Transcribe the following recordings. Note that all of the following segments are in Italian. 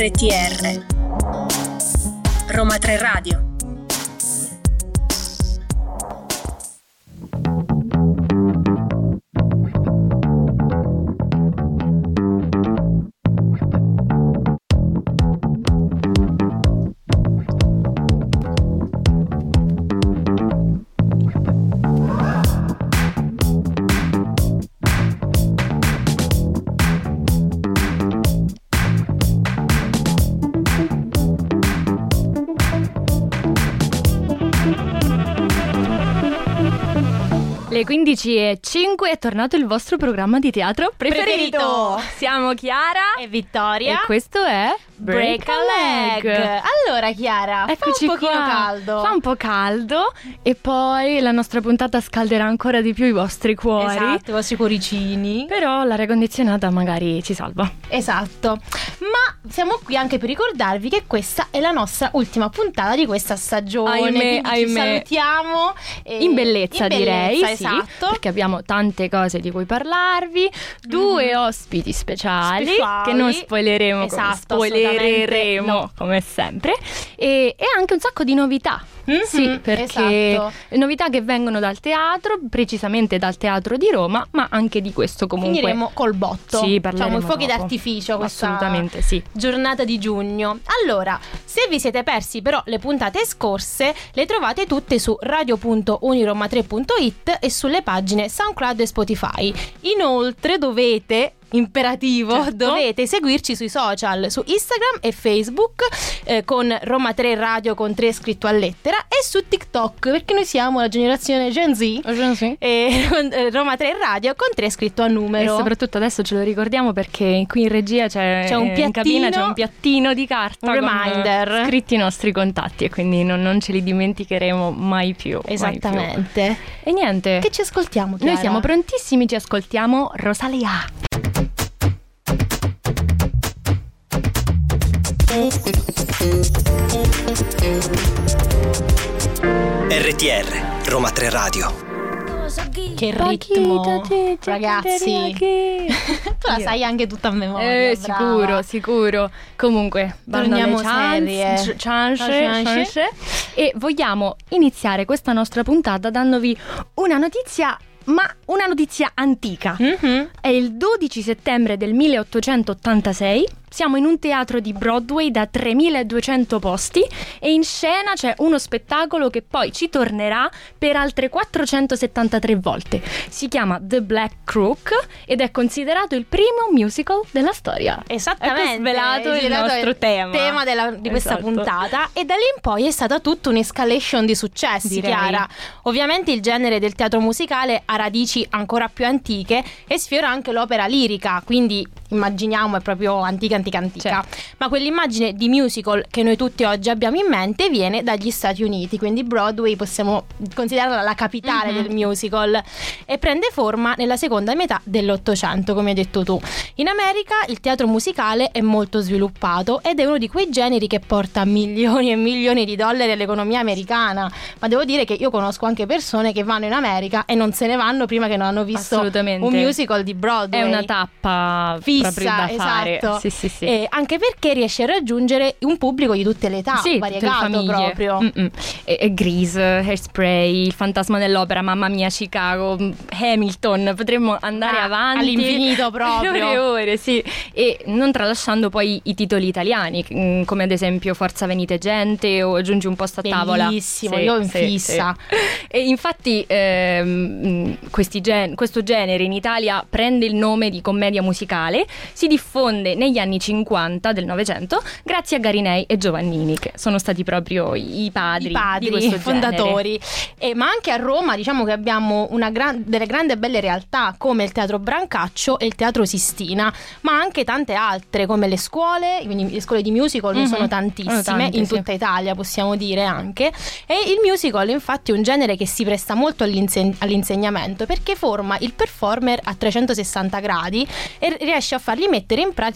RTR Roma 3 Radio. Le 15:05 è tornato il vostro programma di teatro preferito. Siamo Chiara e Vittoria e questo è Break a Leg. Allora Chiara, eccoci fa un pochino qua. caldo. Fa un po' caldo e poi la nostra puntata scalderà ancora di più i vostri cuori. Esatto, i vostri cuoricini. Però l'aria condizionata magari ci salva. Esatto. Ma siamo qui anche per ricordarvi che questa è la nostra ultima puntata di questa stagione. Ahimè. Ci salutiamo in bellezza, direi, esatto. sì, perché abbiamo tante cose di cui parlarvi, due ospiti speciali che non spoileremo, esatto, come sempre, e anche un sacco di novità. Sì, perché esatto. Novità che vengono dal teatro, precisamente dal Teatro di Roma, ma anche di questo comunque. Finiremo col botto. Sì, parleremo facciamo i fuochi dopo. d'artificio questa Assolutamente sì. giornata di giugno. Allora, se vi siete persi però le puntate scorse, le trovate tutte su radio.uniroma3.it e sulle pagine SoundCloud e Spotify. Inoltre dovete dovete seguirci sui social, su Instagram e Facebook con Roma 3 Radio con 3 scritto a lettera, e su TikTok, perché noi siamo la generazione Gen Z, e Roma 3 Radio con 3 scritto a numero. E soprattutto adesso ce lo ricordiamo perché qui in regia c'è un piattino, in cabina c'è un piattino di carta, un reminder con scritti i nostri contatti, e quindi non ce li dimenticheremo mai più. Esattamente. Mai più. E niente, che ci ascoltiamo, Chiara? Noi siamo prontissimi, ci ascoltiamo Rosalia. RTR Roma 3 Radio. Che ritmo, ragazzi. Tu la sai anche tutta a memoria. Sicuro. Comunque, torniamo serie. Chance. E vogliamo iniziare questa nostra puntata dandovi una notizia, ma una notizia antica. È il 12 settembre del 1886. Siamo in un teatro di Broadway da 3.200 posti e in scena c'è uno spettacolo che poi ci tornerà per altre 473 volte. Si chiama The Black Crook ed è considerato il primo musical della storia. Esattamente. Ecco svelato il nostro tema di questa puntata, e da lì in poi è stata tutta un'escalation di successi, direi. Chiara. Ovviamente il genere del teatro musicale ha radici ancora più antiche e sfiora anche l'opera lirica, quindi immaginiamo è proprio antica. Certo. Ma quell'immagine di musical che noi tutti oggi abbiamo in mente viene dagli Stati Uniti, quindi Broadway possiamo considerarla la capitale del musical, e prende forma nella seconda metà dell'Ottocento, come hai detto tu. In America il teatro musicale è molto sviluppato ed è uno di quei generi che porta milioni e milioni di dollari all'economia americana, ma devo dire che io conosco anche persone che vanno in America e non se ne vanno prima che non hanno visto un musical di Broadway. È una tappa fissa, proprio da fare. Esatto. Sì. Anche perché riesce a raggiungere un pubblico di tutte le età, variegato proprio. E Grease, Hairspray, Il fantasma dell'opera, Mamma mia, Chicago, Hamilton, potremmo andare avanti all'infinito proprio. ore, sì. E non tralasciando poi i titoli italiani, come ad esempio Forza venite gente o Giungi un posto a tavola. Bellissimo, io in fissa. E infatti questo genere in Italia prende il nome di commedia musicale, si diffonde negli anni 50 del Novecento grazie a Garinei e Giovannini, che sono stati proprio i padri di questo fondatori. genere. Ma anche a Roma diciamo che abbiamo delle grandi e belle realtà come il Teatro Brancaccio e il Teatro Sistina, ma anche tante altre come le scuole, quindi le scuole di musical ne sono tantissime, in tutta Italia possiamo dire anche. E il musical infatti è un genere che si presta molto all'insegnamento, perché forma il performer a 360 gradi e riesce a fargli mettere in pratica tutti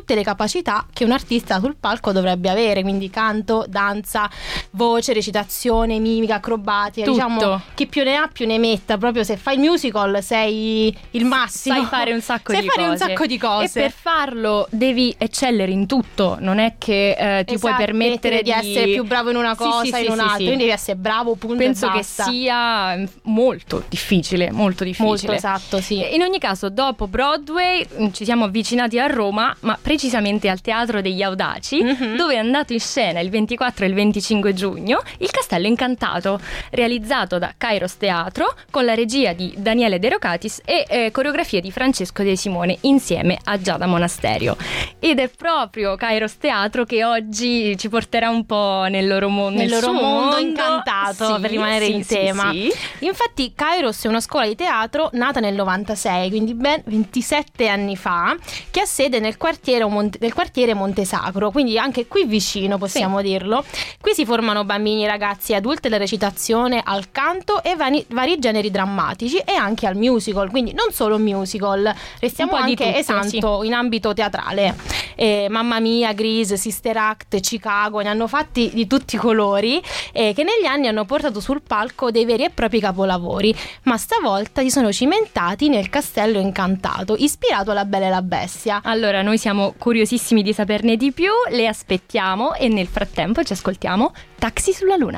tutte le capacità che un artista sul palco dovrebbe avere, quindi canto, danza, voce, recitazione, mimica, acrobatica, tutto. Diciamo chi più ne ha più ne metta. Proprio se fai il musical sei il massimo, sai fare un sacco sai di fare cose. un sacco di cose e per farlo devi eccellere in tutto, non è che ti puoi permettere di essere più bravo in una cosa, in un'altra, quindi devi essere bravo, punto. Penso e che basta. sia molto difficile. Molto, esatto, sì. In ogni caso, dopo Broadway ci siamo avvicinati a Roma, ma precisamente al Teatro degli Audaci, dove è andato in scena il 24 e il 25 giugno il Castello Incantato, realizzato da Kairos Teatro con la regia di Daniele De Rocatis e coreografie di Francesco De Simone insieme a Giada Monasterio. Ed è proprio Kairos Teatro che oggi ci porterà un po' nel loro mondo, nel loro mondo incantato, sì, per rimanere in tema. Sì. Infatti Kairos è una scuola di teatro nata nel 96, quindi ben 27 anni fa, che ha sede nel quartiere Montesacro, quindi anche qui vicino, possiamo dirlo. Qui si formano bambini, ragazzi e adulti alla recitazione, al canto e vari generi drammatici e anche al musical, quindi non solo musical, restiamo anche tutto, in ambito teatrale. Mamma Mia, Grease, Sister Act, Chicago, ne hanno fatti di tutti i colori, che negli anni hanno portato sul palco dei veri e propri capolavori, ma stavolta si sono cimentati nel Castello Incantato, ispirato alla Bella e la Bestia. Allora, noi siamo curiosissimi di saperne di più, le aspettiamo e nel frattempo ci ascoltiamo Taxi sulla Luna.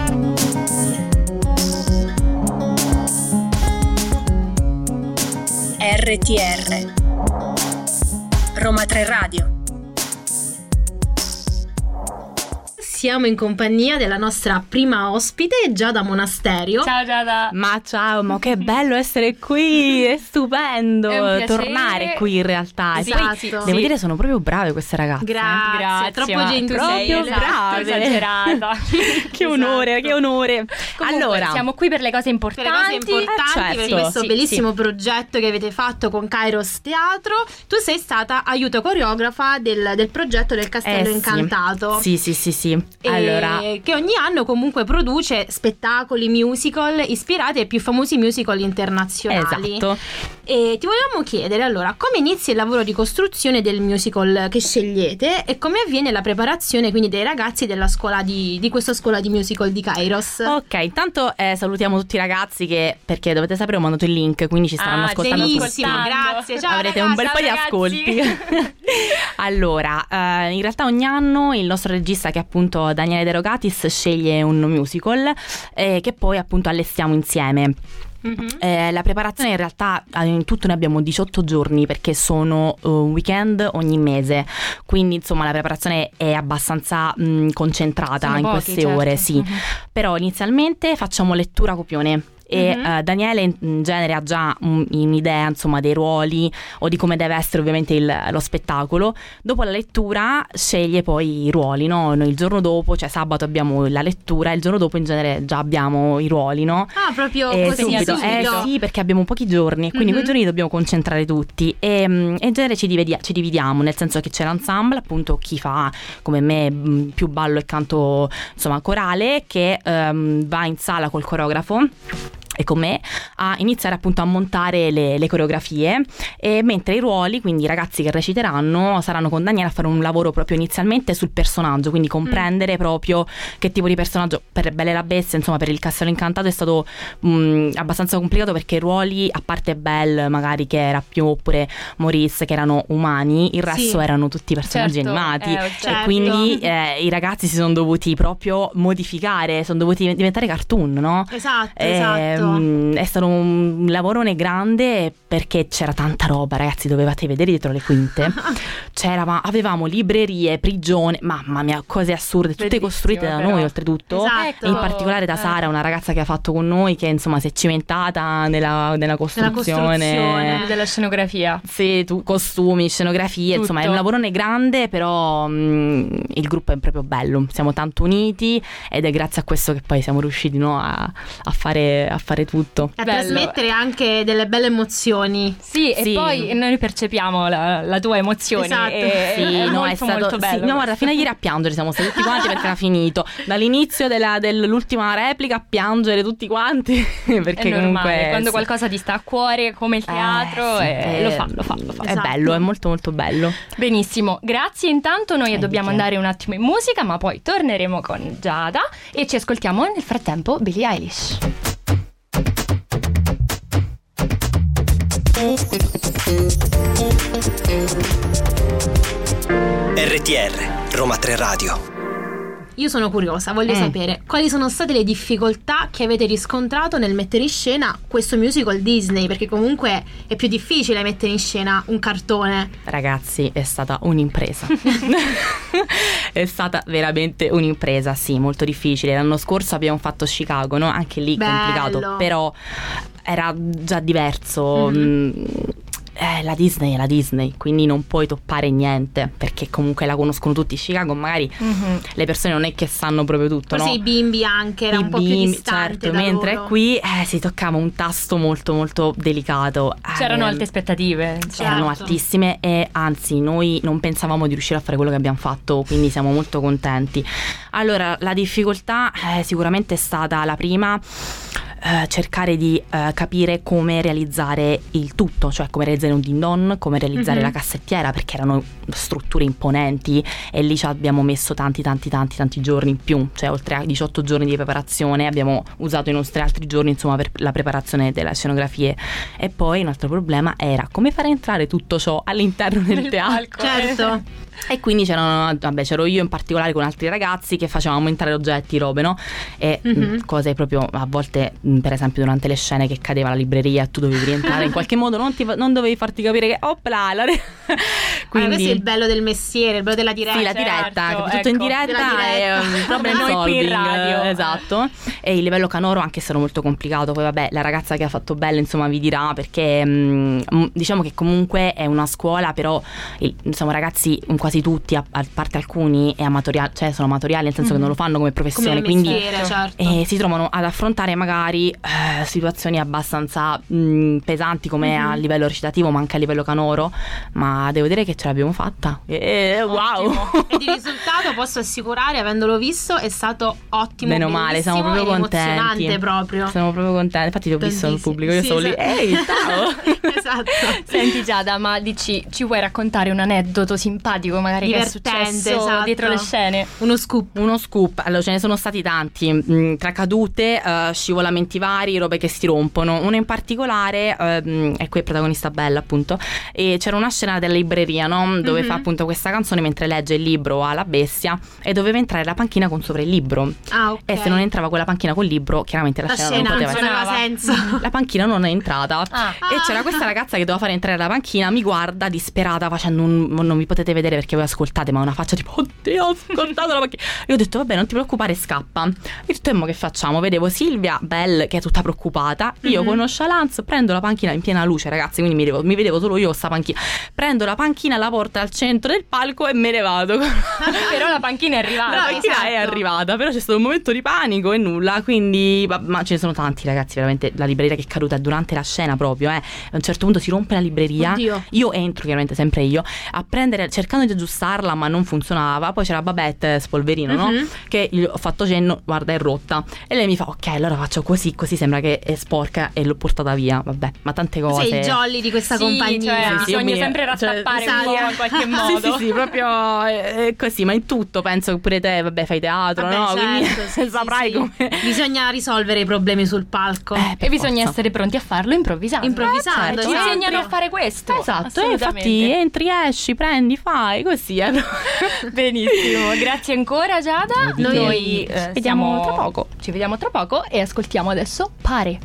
RTR Roma 3 Radio. Siamo in compagnia della nostra prima ospite, Giada Monasterio. Ciao Giada. Ma ciao, ma che bello essere qui, è stupendo È un piacere. tornare qui in realtà. Esatto. E poi devo dire sono proprio brave queste ragazze. Grazie, troppo ma gentili. tu sei Proprio brave. esagerata. Che onore, che onore. Comunque, allora, siamo qui per le cose Per le importanti. cose importanti, certo. per questo Sì, bellissimo progetto che avete fatto con Kairos Teatro. Tu sei stata aiuto coreografa del progetto del Castello Incantato. Sì. Allora, che ogni anno comunque produce spettacoli, musical ispirati ai più famosi musical internazionali. esatto. E ti volevamo chiedere allora come inizia il lavoro di costruzione del musical che scegliete e come avviene la preparazione quindi dei ragazzi della scuola di questa scuola di musical di Kairos. Ok, intanto salutiamo tutti i ragazzi perché dovete sapere ho mandato il link, quindi ci staranno ascoltando tutti. Benissimo, grazie. Ciao, Avrete ragazzi, un bel po' di ciao, ascolti. Allora, in realtà ogni anno il nostro regista, che è appunto Daniele De Rocatis, sceglie un musical che poi appunto allestiamo insieme. La preparazione in realtà in tutto ne abbiamo 18 giorni perché sono un weekend ogni mese, quindi insomma la preparazione è abbastanza concentrata. Sono in pochi, queste certo. ore, sì. Però inizialmente facciamo lettura copione. E Daniele in genere ha già un'idea insomma dei ruoli o di come deve essere ovviamente lo spettacolo. Dopo la lettura sceglie poi i ruoli, no? Noi il giorno dopo, cioè sabato, abbiamo la lettura e il giorno dopo in genere già abbiamo i ruoli, no? Ah, proprio così subito. subito. Sì, perché abbiamo pochi giorni e quindi quei giorni li dobbiamo concentrare tutti e in genere ci dividiamo, nel senso che c'è l'ensemble, appunto chi fa come me più ballo e canto insomma corale, che va in sala col coreografo e con me a iniziare appunto a montare le coreografie, e mentre i ruoli, quindi i ragazzi che reciteranno, saranno con Daniele a fare un lavoro proprio inizialmente sul personaggio, quindi comprendere proprio che tipo di personaggio. Per Bella e la Bestia, insomma per il Castello Incantato è stato abbastanza complicato perché i ruoli, a parte Belle magari che era più, oppure Maurice che erano umani, il resto erano tutti personaggi Certo, animati certo. e quindi i ragazzi si sono dovuti proprio modificare, sono dovuti diventare cartoon, no? Esatto. È stato un lavorone grande perché c'era tanta roba, ragazzi, dovevate vedere dietro le quinte. Avevamo librerie, prigione, mamma mia, cose assurde, tutte Bellissimo, costruite da però. noi oltretutto. Esatto. E in particolare da Sara, una ragazza che ha fatto con noi, che insomma si è cimentata nella costruzione. Della scenografia. Sì, costumi, scenografie, Tutto. insomma è un lavorone grande, però il gruppo è proprio bello, siamo tanto uniti ed è grazie a questo che poi siamo riusciti, no, a fare fare tutto. A trasmettere anche delle belle emozioni. Sì, e poi noi percepiamo la tua emozione. Esatto. È stato molto bello. No, guarda, fino a ieri a piangere siamo stati tutti quanti perché era finito. Dall'inizio dell'ultima replica a piangere tutti quanti perché è normale, comunque quando qualcosa ti sta a cuore come il teatro lo fa. È Esatto. bello, è molto molto bello. Benissimo, grazie. Intanto noi dobbiamo andare un attimo in musica, ma poi torneremo con Giada e ci ascoltiamo nel frattempo Billie Eilish. RTR Roma 3 Radio. Io sono curiosa, voglio sapere quali sono state le difficoltà che avete riscontrato nel mettere in scena questo musical Disney, perché comunque è più difficile mettere in scena un cartone. Ragazzi, è stata un'impresa. È stata veramente un'impresa, sì, molto difficile. L'anno scorso abbiamo fatto Chicago, no? Anche lì complicato, però era già diverso. La Disney è la Disney, quindi non puoi toppare niente, perché comunque la conoscono tutti. Chicago magari le persone non è che sanno proprio tutto, forse no? i bimbi anche era un po' più distante, certo, da mentre loro. qui si toccava un tasto molto molto delicato. C'erano alte aspettative, erano altissime, e anzi noi non pensavamo di riuscire a fare quello che abbiamo fatto, quindi siamo molto contenti. Allora, la difficoltà sicuramente è stata la prima, cercare di capire come realizzare il tutto, cioè come realizzare un din-don, come realizzare la cassettiera, perché erano strutture imponenti e lì ci abbiamo messo tanti giorni in più, cioè oltre a 18 giorni di preparazione abbiamo usato i nostri altri giorni, insomma, per la preparazione delle scenografie. E poi un altro problema era come fare entrare tutto ciò all'interno del teatro. Certo. E quindi c'ero io in particolare con altri ragazzi che facevamo entrare oggetti, robe, no? E cose proprio, a volte per esempio durante le scene che cadeva la libreria e tu dovevi rientrare in qualche modo, non dovevi farti capire che quindi questo è il bello del mestiere, il bello della diretta. sì, la diretta, certo, tutto in diretta è un problem Come noi qui in solving, radio. esatto. E il livello canoro anche è stato molto complicato. Poi vabbè, la ragazza che ha fatto bello insomma vi dirà, perché diciamo che comunque è una scuola, però insomma ragazzi quasi tutti, a parte alcuni, è amatoriale, cioè sono amatoriali, nel senso che non lo fanno come professione, come mestiere, certo. si trovano ad affrontare magari situazioni abbastanza pesanti come a livello recitativo, ma anche a livello canoro. Ma devo dire che ce l'abbiamo fatta. Wow! Ed il risultato, posso assicurare, avendolo visto, è stato ottimo. Meno male, siamo proprio contenti. Emozionante proprio. Siamo proprio contenti. Infatti ti ho visto al pubblico, io stavo lì. Ehi, ciao! Esatto. Senti Giada, ma ci vuoi raccontare un aneddoto simpatico magari Divertente, che è successo esatto. dietro le scene? Uno scoop. Allora, ce ne sono stati tanti, tra cadute, scivolamenti vari, robe che si rompono. Uno in particolare è qui il protagonista Bella, appunto, e c'era una scena della libreria, no? Dove fa appunto questa canzone mentre legge il libro alla bestia, e doveva entrare la panchina con sopra il libro. E se non entrava quella panchina col libro, chiaramente la scena non poteva aveva senso. La panchina non è entrata. E c'era questa ragazza che doveva fare entrare la panchina, mi guarda disperata facendo non mi potete vedere perché voi ascoltate, ma una faccia tipo oddio, ho ascoltato la panchina. Io ho detto vabbè, non ti preoccupare, scappa. Io ho detto ma che facciamo? Vedevo Silvia Bell che è tutta preoccupata, io con nonchalance prendo la panchina in piena luce, ragazzi, quindi mi vedevo solo io con sta panchina, prendo la panchina, la porto al centro del palco e me ne vado. Però la panchina è arrivata. La panchina è arrivata, però c'è stato un momento di panico e nulla, quindi ma ce ne sono tanti, ragazzi, veramente. La libreria che è caduta durante la scena proprio, a un certo punto si rompe la libreria. Oddio. Io entro, chiaramente sempre io, a prendere, cercando di aggiustarla, ma non funzionava. Poi c'era Babette Spolverino, no? Che gli ho fatto cenno, guarda, è rotta. E lei mi fa ok, allora faccio così sembra che è sporca, e l'ho portata via. Vabbè, ma tante cose. Sei il jolly di questa compagnia. Cioè, Sì, bisogna sempre rattappare un po' in qualche modo. Sì, proprio così, ma in tutto penso che pure te, vabbè, fai teatro, Vabbè, no? certo, Quindi saprai come. Bisogna risolvere i problemi sul palco. E bisogna essere pronti a farlo improvvisando. Improvvisando, Ci esatto. insegnano a fare questo. Esatto, e infatti entri, esci, prendi, fai, così. Benissimo, grazie ancora Giada. Noi vediamo tra poco. Ci vediamo tra poco e ascoltiamo adesso Pare.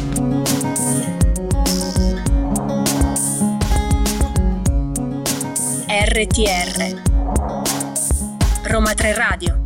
RTR Roma 3 Radio.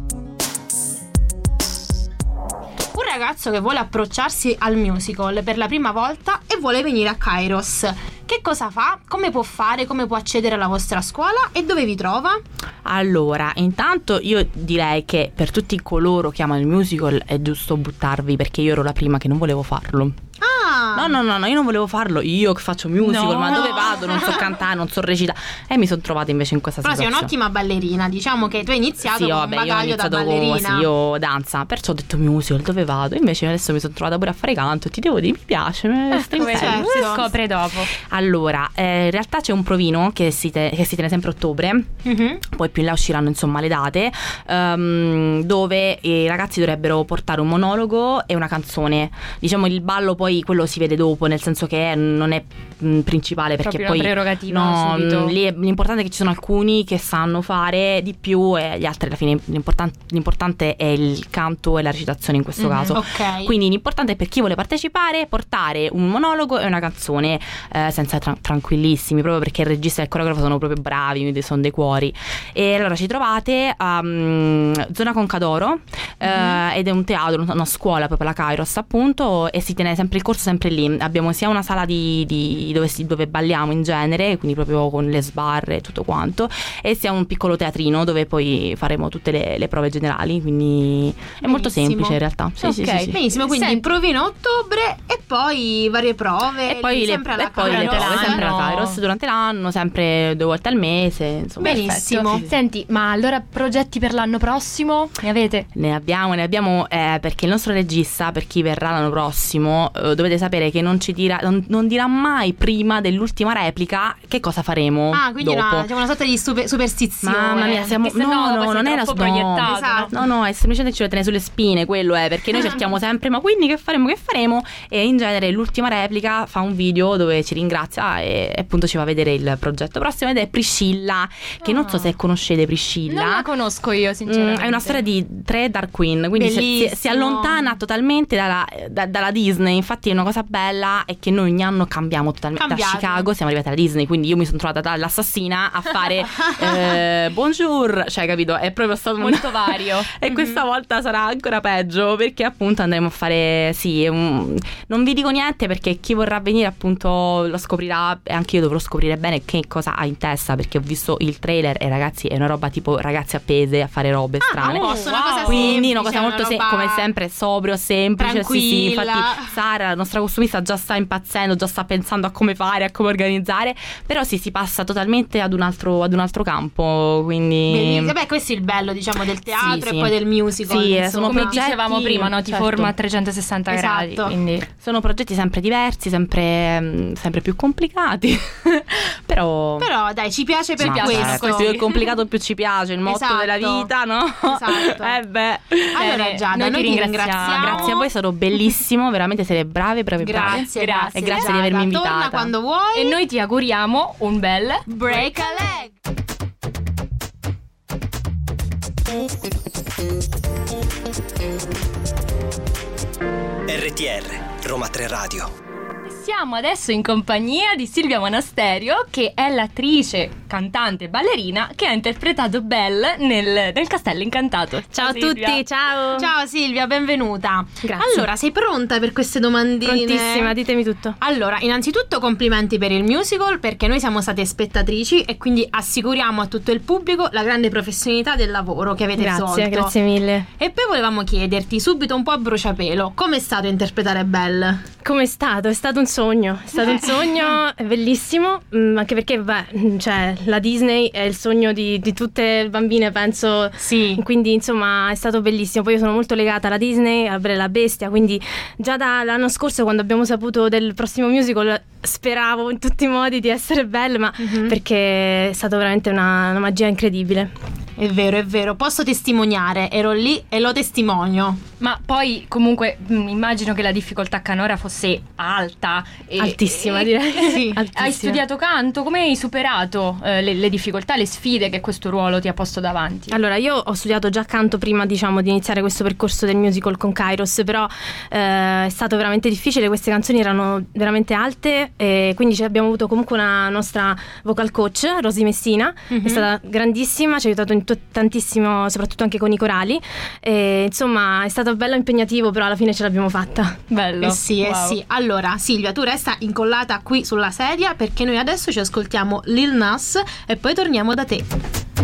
Un ragazzo che vuole approcciarsi al musical per la prima volta e vuole venire a Kairos. che cosa fa? Come può fare? Come può accedere alla vostra scuola? E dove vi trova? Allora, intanto io direi che per tutti coloro che amano il musical è giusto buttarvi, perché io ero la prima che non volevo farlo. Ah! No, io non volevo farlo, io che faccio musical, ma dove vado? Non so cantare, non so recitare. E mi sono trovata invece in questa situazione. Però sei un'ottima ballerina, diciamo che tu hai iniziato con un bagaglio da ballerina. Io danza, perciò ho detto musical, dove vado? Invece adesso mi sono trovata pure a fare canto e ti devo dire, mi piace, Si scopre dopo. Allora, in realtà c'è un provino che si tiene sempre a ottobre, poi più in là usciranno insomma le date, dove i ragazzi dovrebbero portare un monologo e una canzone. Diciamo il ballo poi quello si vede dopo, nel senso che non è principale, perché proprio poi una prerogativa subito. Lì l'importante è che ci sono alcuni che sanno fare di più e gli altri alla fine l'importante è il canto e la recitazione in questo caso. Ok. Quindi l'importante è per chi vuole partecipare portare un monologo e una canzone, senza tranquillissimi, proprio perché il regista e il coreografo sono proprio bravi, sono dei cuori. E allora ci trovate a Zona Concadoro, ed è un teatro, una scuola proprio, la Kairos appunto, e si tiene sempre il corso sempre lì. Abbiamo sia una sala dove balliamo in genere, quindi proprio con le sbarre e tutto quanto, e sia un piccolo teatrino dove poi faremo tutte le prove generali, quindi è molto semplice in realtà. Sì. Benissimo, quindi provino a ottobre e poi varie prove e poi le prove sempre alla Kairos durante l'anno, sempre 2 volte al mese, insomma. Benissimo. Perfetto. Senti, ma allora progetti per l'anno prossimo ne avete? Ne abbiamo perché il nostro regista, per chi verrà l'anno prossimo, dovete sapere che non dirà mai prima dell'ultima replica che cosa faremo. Quindi dopo. C'è una sorta di superstizione. Mamma mia, non è proiettato. Esatto. No, è semplicemente ce lo tiene sulle spine, quello è, perché noi cerchiamo sempre, ma quindi che faremo? E in genere l'ultima replica fa un video dove ci ringrazia e appunto ci fa vedere il progetto prossimo, ed è Priscilla, che non so se conoscete Priscilla. Non la conosco io sinceramente. È una storia di 3 drag queen, quindi si allontana totalmente dalla Disney. Infatti è una cosa bella è che noi ogni anno cambiamo totalmente. Da Chicago siamo arrivati alla Disney, quindi io mi sono trovata dall'assassina a fare bonjour, cioè capito, è proprio stato molto vario. E questa volta sarà ancora peggio, perché appunto andremo a fare non vi dico niente, perché chi vorrà venire appunto lo scoprirà, e anche io dovrò scoprire bene che cosa ha in testa, perché ho visto il trailer e ragazzi è una roba tipo ragazzi appese a fare robe strane. Una cosa quindi semplice, una cosa molto come sempre sobrio, semplice. Sì, infatti Sara, la nostra costumista, già sta impazzendo, già sta pensando a come fare, a come organizzare, però si passa totalmente ad un altro campo, quindi beh, questo è il bello, diciamo, del teatro e poi del musical. Sì, sono come dicevamo prima, no? Ti forma a 360 gradi, quindi sono progetti sempre diversi, sempre più complicati. però dai, ci piace per questo. Più è complicato più ci piace, il motto della vita, no? Esatto. Allora Giada, noi ti ringraziamo. Grazie a voi, è stato bellissimo, veramente siete bravi. Grazie. E grazie di avermi invitata. Torna quando vuoi. E noi ti auguriamo un bel break a leg. RTR Roma 3 Radio. Siamo adesso in compagnia di Silvia Monasterio, che è l'attrice, cantante e ballerina che ha interpretato Belle nel Castello Incantato. Ciao a tutti, ciao Silvia, benvenuta. Grazie. Allora, sei pronta per queste domandine? Prontissima, ditemi tutto. Allora, innanzitutto complimenti per il musical, perché noi siamo state spettatrici e quindi assicuriamo a tutto il pubblico la grande professionalità del lavoro che avete svolto. Grazie mille. E poi volevamo chiederti subito, un po' a bruciapelo, com'è stato interpretare Belle? Com'è stato? È stato un sogno, è bellissimo, anche perché cioè, la Disney è il sogno di tutte le bambine, penso. Sì. Quindi insomma è stato bellissimo. Poi io sono molto legata alla Disney, a Bella Bestia, quindi già dall'anno scorso, quando abbiamo saputo del prossimo musical, speravo in tutti i modi di essere Belle, ma perché è stata veramente una magia incredibile. È vero, posso testimoniare, ero lì e lo testimonio. Ma poi comunque immagino che la difficoltà canora fosse alta. Altissima, direi. Sì. Altissima. Hai studiato canto, come hai superato le difficoltà, le sfide che questo ruolo ti ha posto davanti? Allora, io ho studiato già canto prima, diciamo, di iniziare questo percorso del musical con Kairos, però è stato veramente difficile, queste canzoni erano veramente alte, e quindi abbiamo avuto comunque una nostra vocal coach, Rosy Messina, è stata grandissima, ci ha aiutato in tantissimo, soprattutto anche con i corali. E, insomma, è stato bello impegnativo, però alla fine ce l'abbiamo fatta. Bello. Sì. Allora, Silvia, tu resta incollata qui sulla sedia perché noi adesso ci ascoltiamo Lil Nas e poi torniamo da te.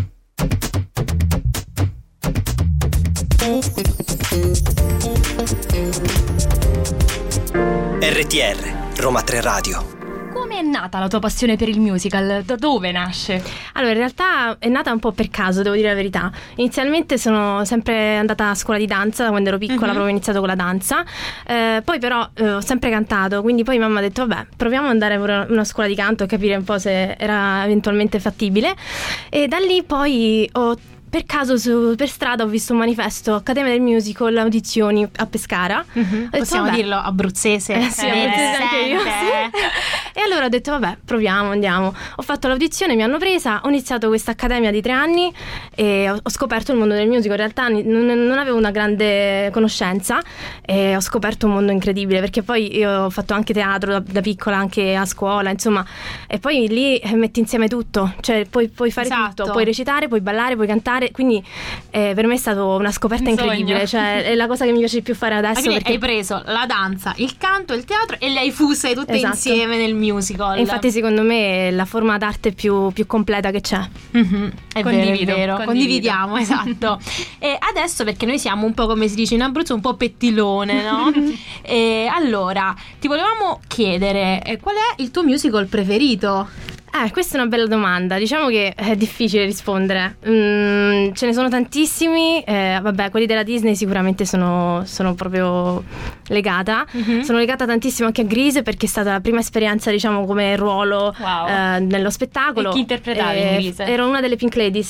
RTR, Roma 3 Radio. Come è nata la tua passione per il musical? Da dove nasce? Allora, in realtà è nata un po' per caso, devo dire la verità. Inizialmente sono sempre andata a scuola di danza, da quando ero piccola, proprio ho iniziato con la danza. Poi però ho sempre cantato, quindi poi mamma ha detto vabbè, proviamo ad andare a una scuola di canto e capire un po' se era eventualmente fattibile. E da lì poi per caso per strada ho visto un manifesto Accademia del Musical, audizioni a Pescara. Possiamo dirlo abruzzese. Sì, abruzzese anche io. Sì. E allora ho detto vabbè, proviamo, andiamo. Ho fatto l'audizione, mi hanno presa, ho iniziato questa accademia di 3 anni e ho scoperto il mondo del musical. In realtà non avevo una grande conoscenza e ho scoperto un mondo incredibile, perché poi io ho fatto anche teatro da piccola, anche a scuola, insomma, e poi lì metti insieme tutto, cioè puoi fare tutto, puoi recitare, puoi ballare, puoi cantare, quindi per me è stata una scoperta incredibile, cioè è la cosa che mi piace di più fare adesso, perché hai preso la danza, il canto, il teatro e le hai fuse tutte insieme nel musical. E infatti secondo me è la forma d'arte più completa che c'è. È vero. Condividiamo, esatto. E adesso, perché noi siamo un po', come si dice in Abruzzo, un po' pettilone, no? E allora ti volevamo chiedere qual è il tuo musical preferito? Questa è una bella domanda. Diciamo che è difficile rispondere. Ce ne sono tantissimi. Vabbè, quelli della Disney sicuramente sono proprio legata. Sono legata tantissimo anche a Grease, perché è stata la prima esperienza, diciamo, come ruolo nello spettacolo. E chi interpretavi in Grease? Ero una delle Pink Ladies.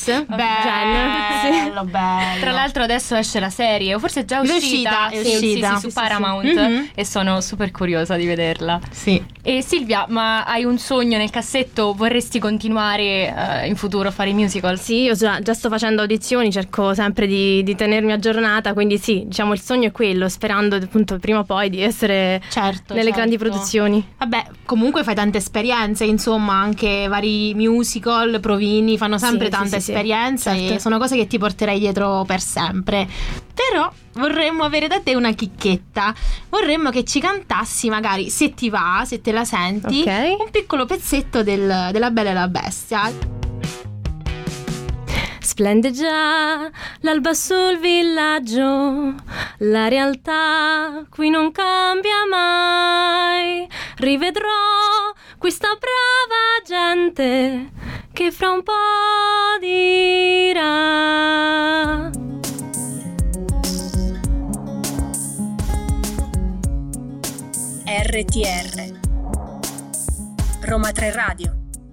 Bello. Tra l'altro adesso esce la serie, o forse è già uscita. È uscita. Sì, su Paramount. E sono super curiosa di vederla. Sì. E Silvia, ma hai un sogno nel cassetto? Vorresti continuare in futuro a fare i musical? Sì, io già sto facendo audizioni, cerco sempre di tenermi aggiornata, quindi sì, diciamo il sogno è quello, sperando appunto prima o poi di essere nelle grandi produzioni. Vabbè, comunque fai tante esperienze, insomma, anche vari musical, provini, fanno sempre tanta esperienza, certo. E sono cose che ti porterai dietro per sempre. Però vorremmo avere da te una chicchetta. Vorremmo che ci cantassi, magari, se ti va, se te la senti, un piccolo pezzetto della Bella e la Bestia. Splende già l'alba sul villaggio, la realtà qui non cambia mai. Rivedrò questa brava gente che fra un po' dirà. RTR Roma 3 Radio.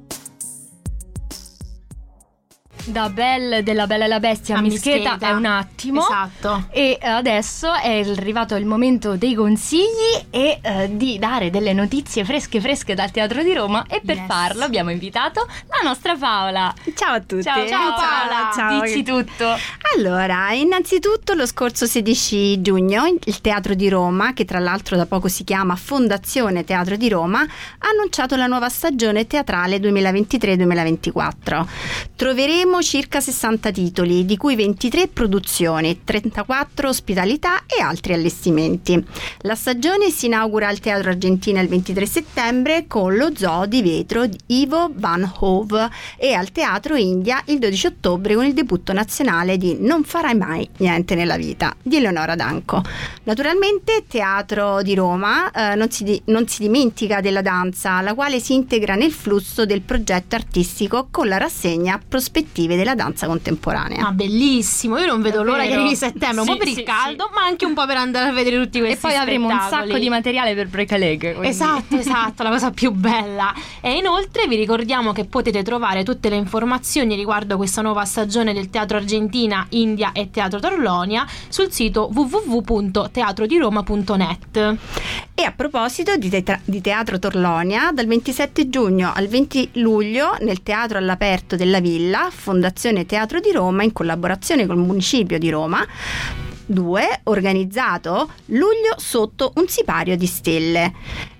Da Belle della Bella e la Bestia a Mischeta è un attimo. Esatto. E adesso è arrivato il momento dei consigli e di dare delle notizie fresche dal Teatro di Roma, e per farlo abbiamo invitato la nostra Paola. Ciao a tutti. Ciao Paola, Ciao. dici tutto. Allora, innanzitutto lo scorso 16 giugno il Teatro di Roma, che tra l'altro da poco si chiama Fondazione Teatro di Roma, ha annunciato la nuova stagione teatrale 2023-2024. Troveremo circa 60 titoli, di cui 23 produzioni, 34 ospitalità e altri allestimenti. La stagione si inaugura al Teatro Argentina il 23 settembre con Lo Zoo di vetro di Ivo Van Hove e al Teatro India il 12 ottobre con il debutto nazionale di Non farai mai niente nella vita di Eleonora Danco. Naturalmente Teatro di Roma non si dimentica della danza, la quale si integra nel flusso del progetto artistico con la rassegna Prospettive della danza contemporanea. Bellissimo, io non vedo l'ora che arrivi settembre, un po' per il caldo, ma anche un po' per andare a vedere tutti questi spettacoli. E poi avremo un sacco di materiale per Break a Leg. Quindi. Esatto, la cosa più bella. E inoltre vi ricordiamo che potete trovare tutte le informazioni riguardo questa nuova stagione del Teatro Argentina, India e Teatro Torlonia sul sito www.teatrodiroma.net. E a proposito di Teatro Torlonia, dal 27 giugno al 20 luglio nel Teatro all'Aperto della Villa, Fondazione Teatro di Roma in collaborazione col Municipio di Roma 2, organizzato Luglio sotto un sipario di stelle.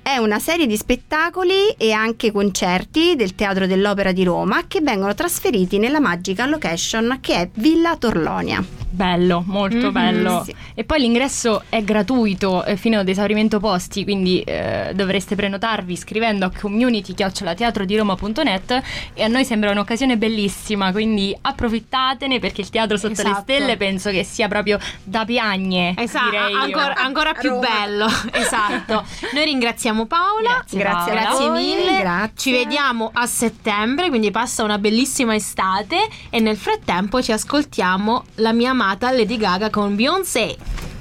È una serie di spettacoli e anche concerti del Teatro dell'Opera di Roma che vengono trasferiti nella magica location che è Villa Torlonia. Bello, molto bello. Sì. E poi l'ingresso è gratuito fino ad esaurimento posti, quindi dovreste prenotarvi scrivendo a community@teatrodiroma.net, e a noi sembra un'occasione bellissima, quindi approfittatene, perché il teatro sotto le stelle penso che sia proprio da piagne. Esatto, direi io. ancora più bello. Esatto. Noi ringraziamo Paola. Grazie mille. Grazie. Ci vediamo a settembre, quindi passa una bellissima estate, e nel frattempo ci ascoltiamo la mia amata Lady Gaga con Beyoncé.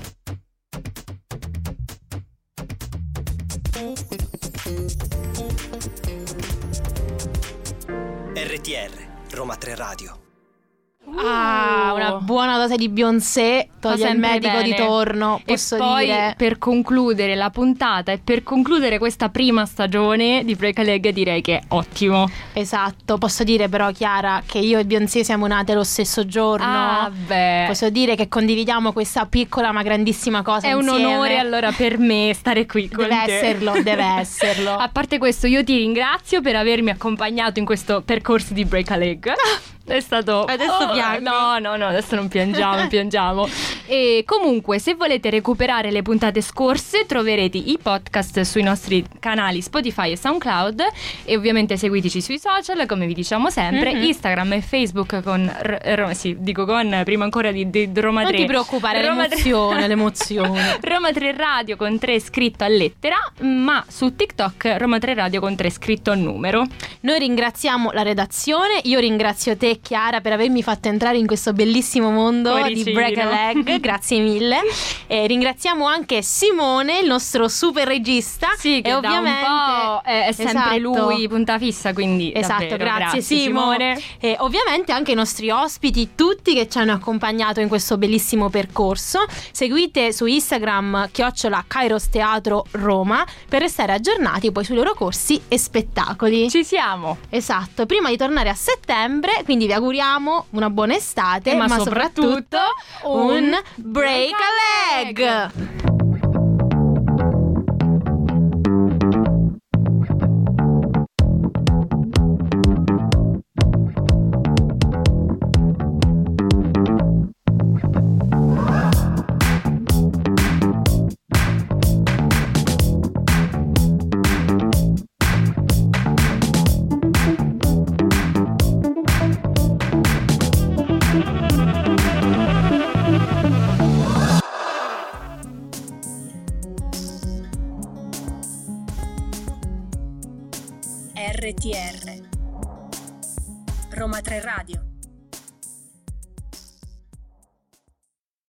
RTR Roma 3 Radio. Una buona dose di Beyoncé toglie il medico bene. di torno, posso e poi, dire. per concludere la puntata e per concludere questa prima stagione di Break a Leg, direi che è ottimo. Esatto, posso dire però, Chiara, che io e Beyoncé siamo nate lo stesso giorno. Beh, Posso dire che condividiamo questa piccola ma grandissima cosa è un insieme. onore allora per me stare qui con Deve te. deve esserlo. A parte questo, io ti ringrazio per avermi accompagnato in questo percorso di Break a Leg. È stato... Adesso piango. No, adesso non piangiamo. E comunque, se volete recuperare le puntate scorse, troverete i podcast sui nostri canali Spotify e SoundCloud, e ovviamente seguiteci sui social, come vi diciamo sempre, Instagram e Facebook con prima ancora di Roma 3. Non ti preoccupare, Roma 3 l'emozione. Roma 3 Radio con 3 scritto a lettera, ma su TikTok Roma 3 Radio con 3 scritto a numero. Noi ringraziamo la redazione, io ringrazio te, Chiara, per avermi fatto entrare in questo bellissimo mondo Cuoricino. di Break a Leg. Grazie mille. E ringraziamo anche Simone, il nostro super regista. Sì, che e da un po' è sempre lui punta fissa, quindi esatto, davvero, grazie Simone. E ovviamente anche i nostri ospiti, tutti che ci hanno accompagnato in questo bellissimo percorso. Seguite su Instagram @Kairos Teatro Roma per restare aggiornati poi sui loro corsi e spettacoli. Ci siamo. Esatto, prima di tornare a settembre, quindi vi auguriamo una buona estate, Ma ma soprattutto un break a leg. RTR Roma 3 Radio.